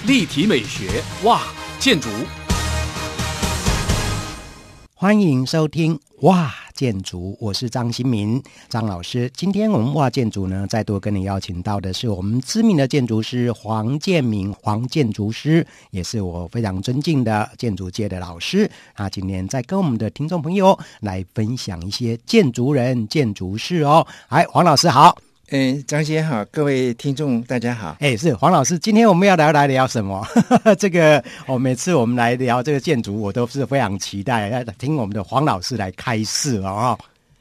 立体美学，哇，建筑。 欢迎收听哇建筑，我是张新民张老师。今天我们哇建筑呢，再度跟你邀请到的是我们知名的建筑师黄建民黄建筑师，也是我非常尊敬的建筑界的老师。他今天在跟我们的听众朋友来分享一些建筑人建筑事哦。哎，黄老师好。 张先好，各位听众大家好。 是黄老师，今天我们要来聊什么？这个每次我们来聊这个建筑，我都是非常期待要听我们的黄老师来开示哦。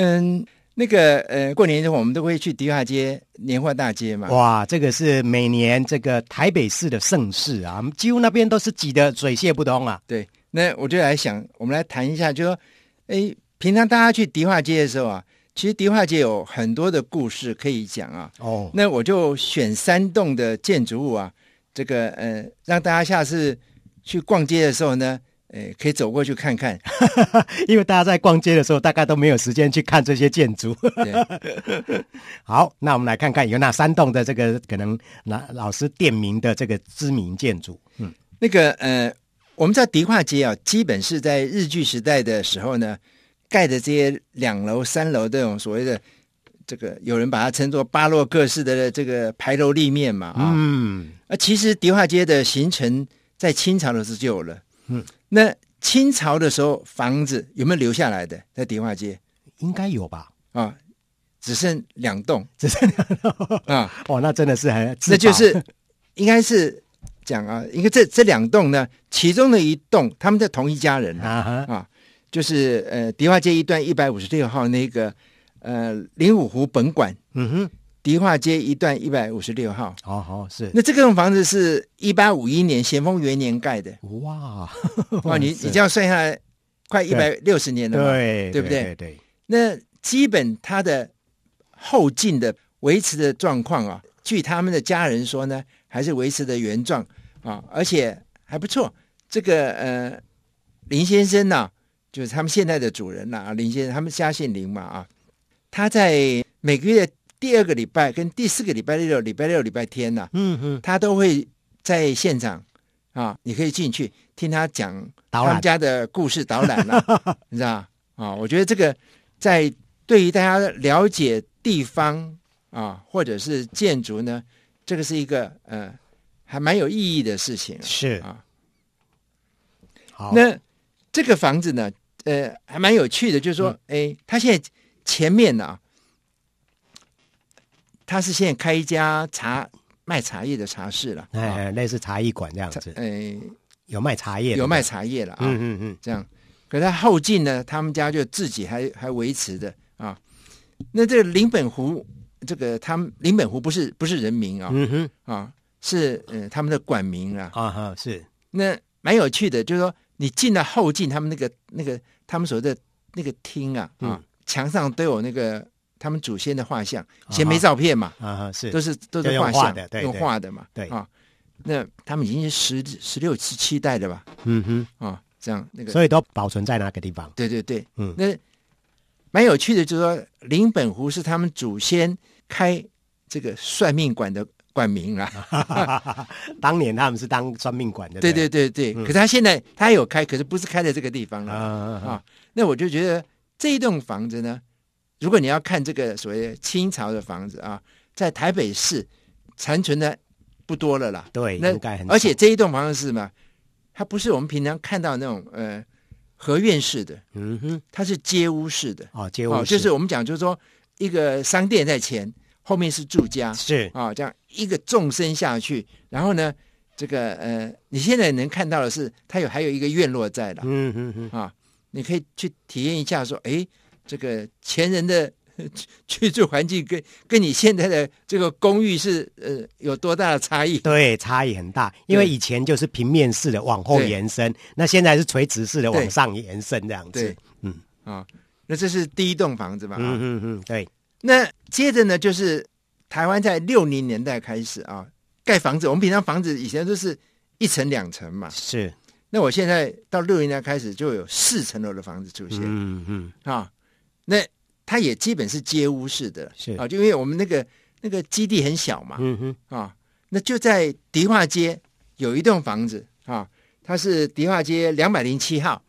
过年的话，我们都会去迪化街年货大街嘛。 哇，这个是每年这个台北市的盛事啊，几乎那边都是挤得水泄不通啊。 对，那我就来想，我们来谈一下，就说，平常大家去迪化街的时候啊，其实迪化街有很多的故事可以讲啊。那我就选3栋的建筑物啊，这个让大家下次去逛街的时候呢，可以走过去看看。 因为大家在逛街的时候，大概都没有时间去看这些建筑。好，那我们来看看有哪3栋的这个可能老师点名的这个知名建筑。 我们在迪化街啊，基本是在日据时代的时候呢，盖的这些2楼、3楼这种所谓的这个，有人把它称作巴洛克式的这个牌楼立面嘛其实迪化街的形成在清朝的时候就有了。那清朝的时候房子有没有留下来的在迪化街？ 应该有吧？ 只剩2栋， 那真的是很， 那就是应该是讲啊，因为这2栋呢，其中的一栋他们在同一家人就是迪化街一段156号那个灵武湖本馆，迪化街一段156号。 是。 那这栋房子是1851年咸丰元年盖的。 哇， 你这样算下来，快160年了嘛，对不对？ 对。 那基本它的后进的维持的状况啊，据他们的家人说呢，还是维持的原状而且还不错。这个林先生呢，就是他们现在的主人林先生，他们家姓林嘛他在每个月第2个礼拜跟第4个礼拜六、礼拜天他都会在现场你可以进去听他讲他们家的故事导览你知道我觉得这个在对于大家了解地方或者是建筑呢，这个是一个还蛮有意义的事情。 是好，那这个房子呢还蛮有趣的，就是说他现在前面呢他是现在开一家卖茶叶的茶室了， 类似茶艺馆这样子。有卖茶叶的， 有卖茶叶了这样。可是他后进呢，他们家就自己还维持的那这个林本湖，这个他们林本湖不是人名是他们的馆名是。 那蛮有趣的，就是说你进了后进，他们那个他们所谓的那个厅墙上都有那个他们祖先的画像，以前没照片嘛是都是画像用画的嘛， 对那他们已经是16、17代的吧，这样那个， 所以都保存在那个地方。 对，那蛮有趣的，就是说林本湖是他们祖先开这个算命馆的馆名当年他们是当算命馆的。 对，可是他现在他有开，可是不是开在这个地方了那我就觉得这一栋房子呢，如果你要看这个所谓清朝的房子在台北市残存的不多了啦。 对，应该很少。 而且这一栋房子是什么？它不是我们平常看到那种合院式的，它是街屋式的。 街屋式就是我们讲，就是说一个商店在前，后面是住家， 是这样一个纵深下去，然后呢，这个你现在能看到的是，它还有一个院落在了，你可以去体验一下，说，这个前人的居住环境跟你现在的这个公寓是有多大的差异？ 对，差异很大，因为以前就是平面式的往后延伸，那现在是垂直式的往上延伸这样子。 对，那这是第一栋房子嘛？ 对。 那接着呢，就是台湾在60年代开始盖房子，我们平常房子以前都是1层2层嘛， 是。 那我现在到60年代开始就有4层楼的房子出现，那它也基本是街屋式的， 是就因为我们那个基地很小嘛，那就在迪化街有一栋房子啊，它是迪化街207号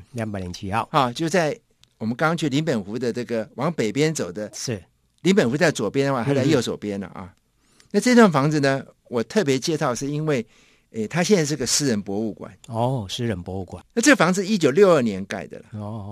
，207号啊，就在我们刚刚去林本湖的这个往北边走的， 是林本湖在左边的话，它在右手边了啊。那这栋房子呢，我特别介绍是因为，它现在是个私人博物馆哦，私人博物馆。 那这个房子1962年盖的了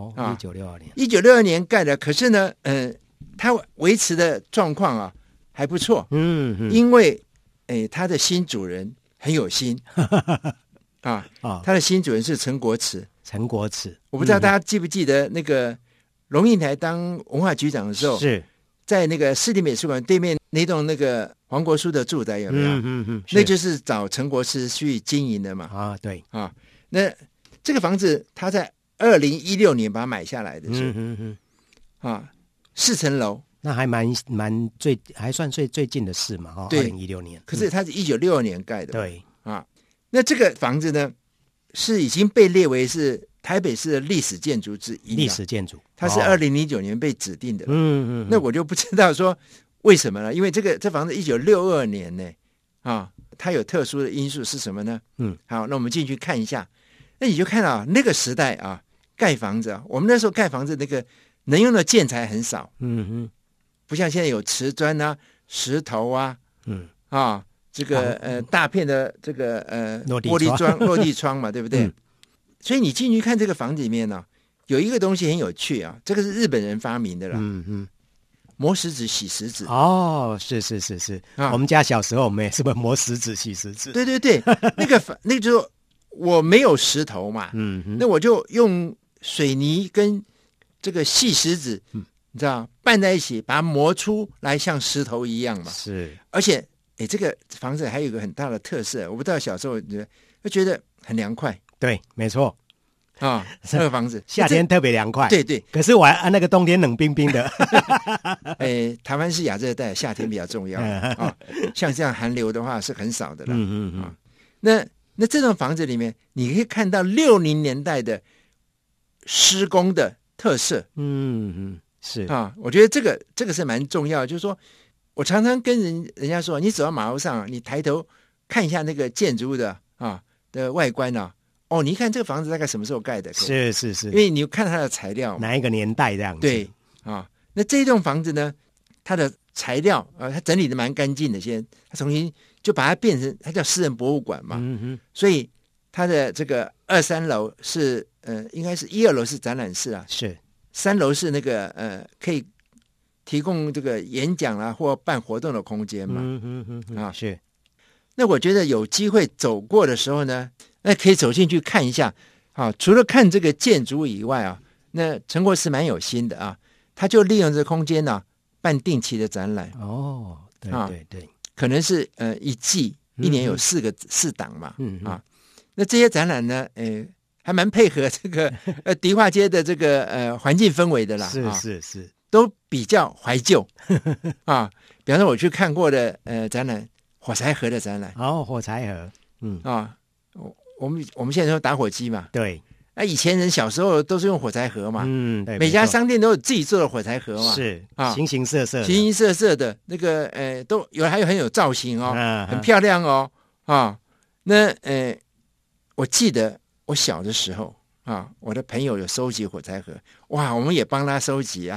1962年 ，1962年盖的，可是呢，它维持的状况啊还不错，因为它的新主人很有心啊，他的新主人是陈国慈，我不知道大家记不记得那个龙应台当文化局长的时候， 是在那个市立美术馆对面那栋那个黄国书的住宅有没有？那就是找陈国慈去经营的嘛。啊，对啊，那这个房子他在2016年把它买下来的时候，啊，4层楼。 那还还算最近的事嘛， 对 ，2016年。 可是它是1962年盖的， 对啊。那这个房子呢，是已经被列为是台北市的历史建筑之一， 历史建筑， 它是2009年被指定的。那我就不知道说为什么了，因为这房子1962年呢，啊，它有特殊的因素是什么呢？好，那我们进去看一下，那你就看到那个时代啊，盖房子啊，我们那时候盖房子那个能用的建材很少，不像现在有瓷砖啊、石头啊，这个大片的这个玻璃窗、落地窗嘛，对不对？所以你进去看这个房子里面呢，有一个东西很有趣啊，这个是日本人发明的啦，磨石子、洗石子。哦， 是，我们家小时候我们也是磨石子、洗石子。 对，那个就是我没有石头嘛，那我就用水泥跟这个细石子，你知道拌在一起，把它磨出来像石头一样嘛。 是， 而且这个房子还有一个很大的特色，我不知道小时候就觉得很凉快。 对，没错啊，那个房子夏天特别凉快。 对， 可是我还按那个冬天冷冰冰的。 台湾是亚热带，夏天比较重要啊。像这样寒流的话是很少的了。那这栋房子里面，你可以看到60年代的施工的特色。是啊，我觉得这个是蛮重要的。就是说我常常跟人家说，你走到马路上，你抬头看一下那个建筑物的外观啊。你看这个房子大概什么时候盖的？ 是， 因为你看它的材料， 哪一个年代这样子。 对啊，那这栋房子呢，它的材料它整理的蛮干净的，先它重新就把它变成它叫私人博物馆嘛。所以它的这个2、3楼是应该是1、2楼是展览室啊， 是 3楼是那个可以提供这个演讲啊或办活动的空间嘛。 是。 那我觉得有机会走过的时候呢，那可以走进去看一下啊。除了看这个建筑以外啊，那陈国慈蛮有心的啊，他就利用这个空间呢办定期的展览。对，可能是一季1年有4档嘛。那这些展览呢，还蛮配合这个迪化街的这个环境氛围的啦。 是， 都比较怀旧啊。比方说我去看过的展览。火柴盒的展览。 火柴盒。 我们现在说打火机嘛。 对。 以前人小时候都是用火柴盒嘛。 对。 每家商店都有自己做的火柴盒嘛。 是形形色色的那个都有，还有很有造型很漂亮哦。那我记得我小的时候我的朋友有收集火柴盒，哇，我们也帮他收集啊。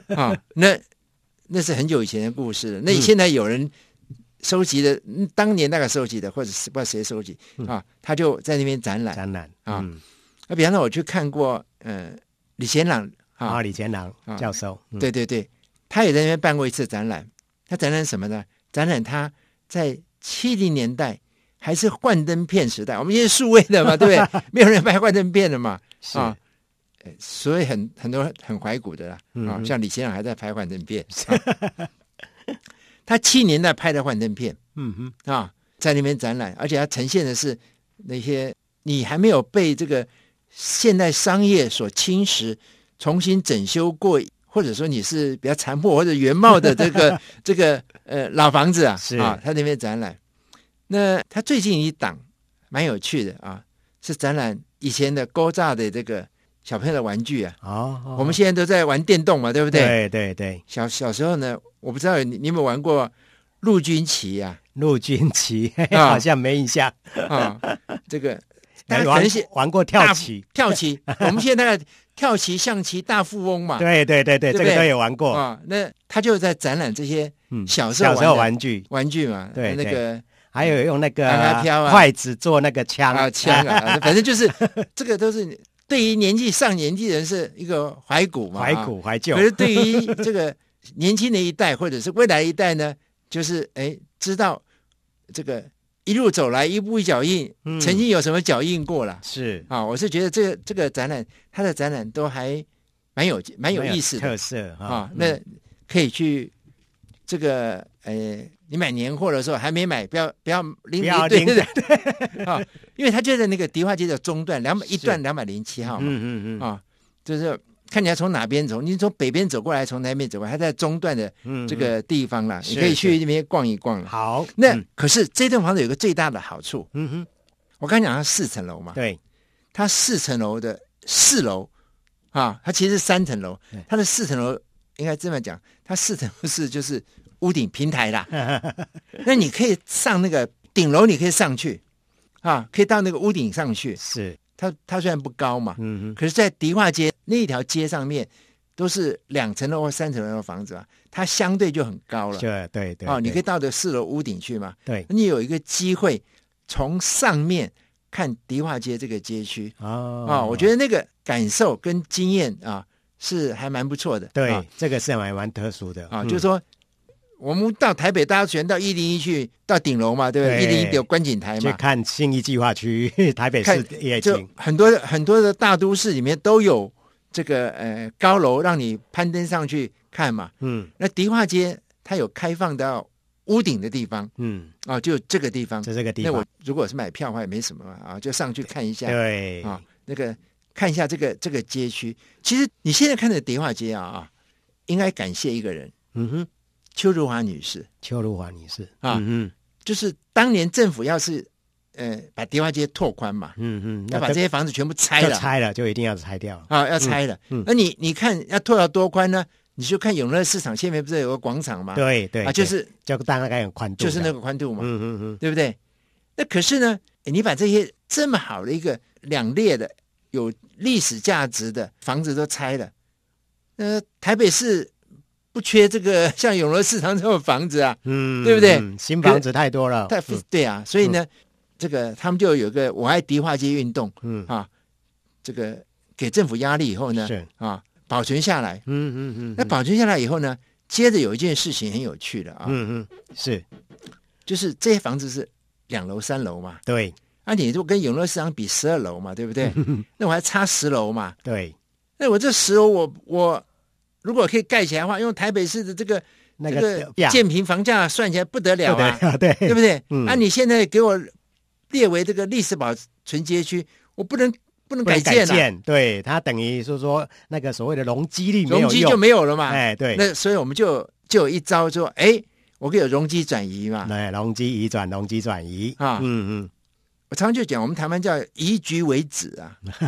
那是很久以前的故事了。那现在有人收集的，当年那个收集的，或者是不知道谁收集他就在那边展览那比方说我去看过李乾朗李乾朗教授。 对，他也在那边办过一次展览。他展览什么呢？展览他在70年代还是幻灯片时代，我们现在数位的嘛，对不对？没有人拍幻灯片的嘛。所以很多很怀古的啦。像李乾朗还在拍幻灯片。他70年代拍的幻灯片，在那边展览，而且他呈现的是那些你还没有被这个现代商业所侵蚀、重新整修过，或者说你是比较残破或者原貌的这个老房子他那边展览。那他最近一档蛮有趣的是展览以前的勾炸的这个小朋友的玩具我们现在都在玩电动嘛，对不对？ 对。 小时候呢，我不知道你有没有玩过陆军旗啊， 陆军旗好像没印象啊，这个大大家家可能是玩过跳棋， 跳棋，我们现在跳棋、象棋大富翁嘛， 对对对对， 对不对这个都有玩过啊，那他就在展览这些小时小时候候玩具， 玩具嘛， 对那个还有用那个弹啊飘啊筷子做那个枪反正就是这个都是对于上年纪人是一个怀古嘛， 怀古怀旧可。是对于这个年轻的一代或者是未来一代呢，就是知道这个一路走来一步一脚印，曾经有什么脚印过了。 是啊，我是觉得这个展览，它的展览都还蛮有意思的特色啊。那可以去这个你买年货的时候还没买，不要拎对啊，因为它就在那个迪化街的中段，一段207号嘛，啊，就是看你要从哪边走，你从北边走过来，从南边走过来，它在中段的这个地方啦，你可以去那边逛一逛了。 好， 那可是这栋房子有个最大的好处，我刚讲它4层楼嘛， 对， 它4层楼的4楼啊，它其实是3层楼，它的4层楼应该这么讲，它4层楼是就是屋顶平台啦，那你可以上那个顶楼，你可以上去啊，可以到那个屋顶上去。 是它虽然不高嘛，可是在迪化街那一条街上面都是2层楼或3层楼的房子啊，它相对就很高了。 对对哦，你可以到这4楼屋顶去嘛。 对， 你有一个机会从上面看迪化街这个街区我觉得那个感受跟经验啊是还蛮不错的。 对，这个是蛮特殊的啊，就是说我们到台北，大家选到101去到顶楼嘛，对不对？101有观景台嘛， 去看信义计划区、台北市夜景， 很多的大都市里面都有这个高楼让你攀登上去看嘛。那迪化街它有开放到屋顶的地方，就这个地方， 就这个地方。 那我如果是买票的话也没什么嘛，就上去看一下。 对啊，那个看一下这个街区。其实你现在看的迪化街应该感谢一个人。邱如华女士啊，就是当年政府要是把迪化街拓宽嘛，要把这些房子全部拆了， 就一定要拆掉啊，要拆了。那你看要拓到多宽呢？你就看永乐市场前面不是有个广场吗？ 对对啊，就是大概有宽度， 就是那个宽度嘛，对不对？那可是呢，你把这些这么好的一个2列的有历史价值的房子都拆了，台北市不缺这个像永乐市场这种房子啊，对不对？ 新房子太多了， 对啊，所以呢，这个他们就有个我爱迪化街运动，这个给政府压力以后呢，保存下来，那保存下来以后呢，接着有一件事情很有趣的是， 就是这些房子是2楼3楼嘛， 对， 你如果跟永乐市场比12楼嘛，对不对？那我还差10楼嘛， 对， 那我这10楼我如果可以盖起来的话，用台北市的这个建平房价算起来不得了啊，对不对？你现在给我列为这个历史保存街区，我不能改建， 对，它等于说那个所谓的容积率没有用， 容积就没有了嘛， 对， 那所以我们就有一招说，我可以有容积转移嘛， 对，容积移转，容积转移啊，我常常就讲，我们台湾叫移局为止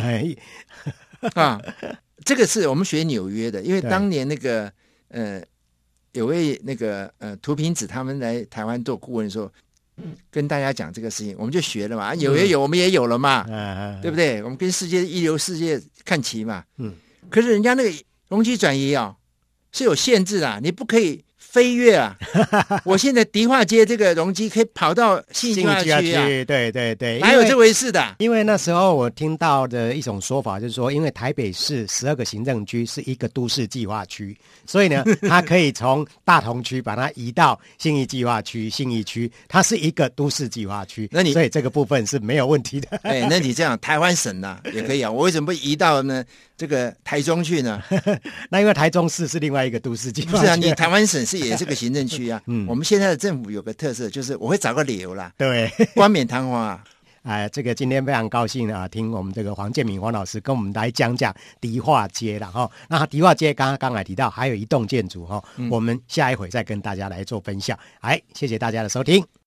啊，这个是我们学纽约的，因为当年那个有位那个涂平子他们来台湾做顾问的时候，跟大家讲这个事情，我们就学了嘛，纽约有我们也有了嘛，对不对？我们跟一流世界看齐嘛，可是人家那个容积转移是有限制的，你不可以飞跃啊！我现在迪化街这个容积可以跑到信义计划区啊， 对， 哪有这回事的？ 因为那时候我听到的一种说法就是说，因为台北市12个行政区是一个都市计划区，所以呢，它可以从大同区把它移到信义计划区、信义区，它是一个都市计划区，所以这个部分是没有问题的。 那你这样台湾省也可以啊，我为什么不移到呢这个台中去呢？ 那因为台中市是另外一个都市计划区， 不是啊，你台湾省也是个行政区啊。我们现在的政府有个特色，就是我会找个理由啦， 对， 冠冕堂皇啊。 这个今天非常高兴听我们这个黄建民黄老师跟我们来讲迪化街了哈。那迪化街刚才提到还有一栋建筑我们下一回再跟大家来做分享。谢谢大家的收听。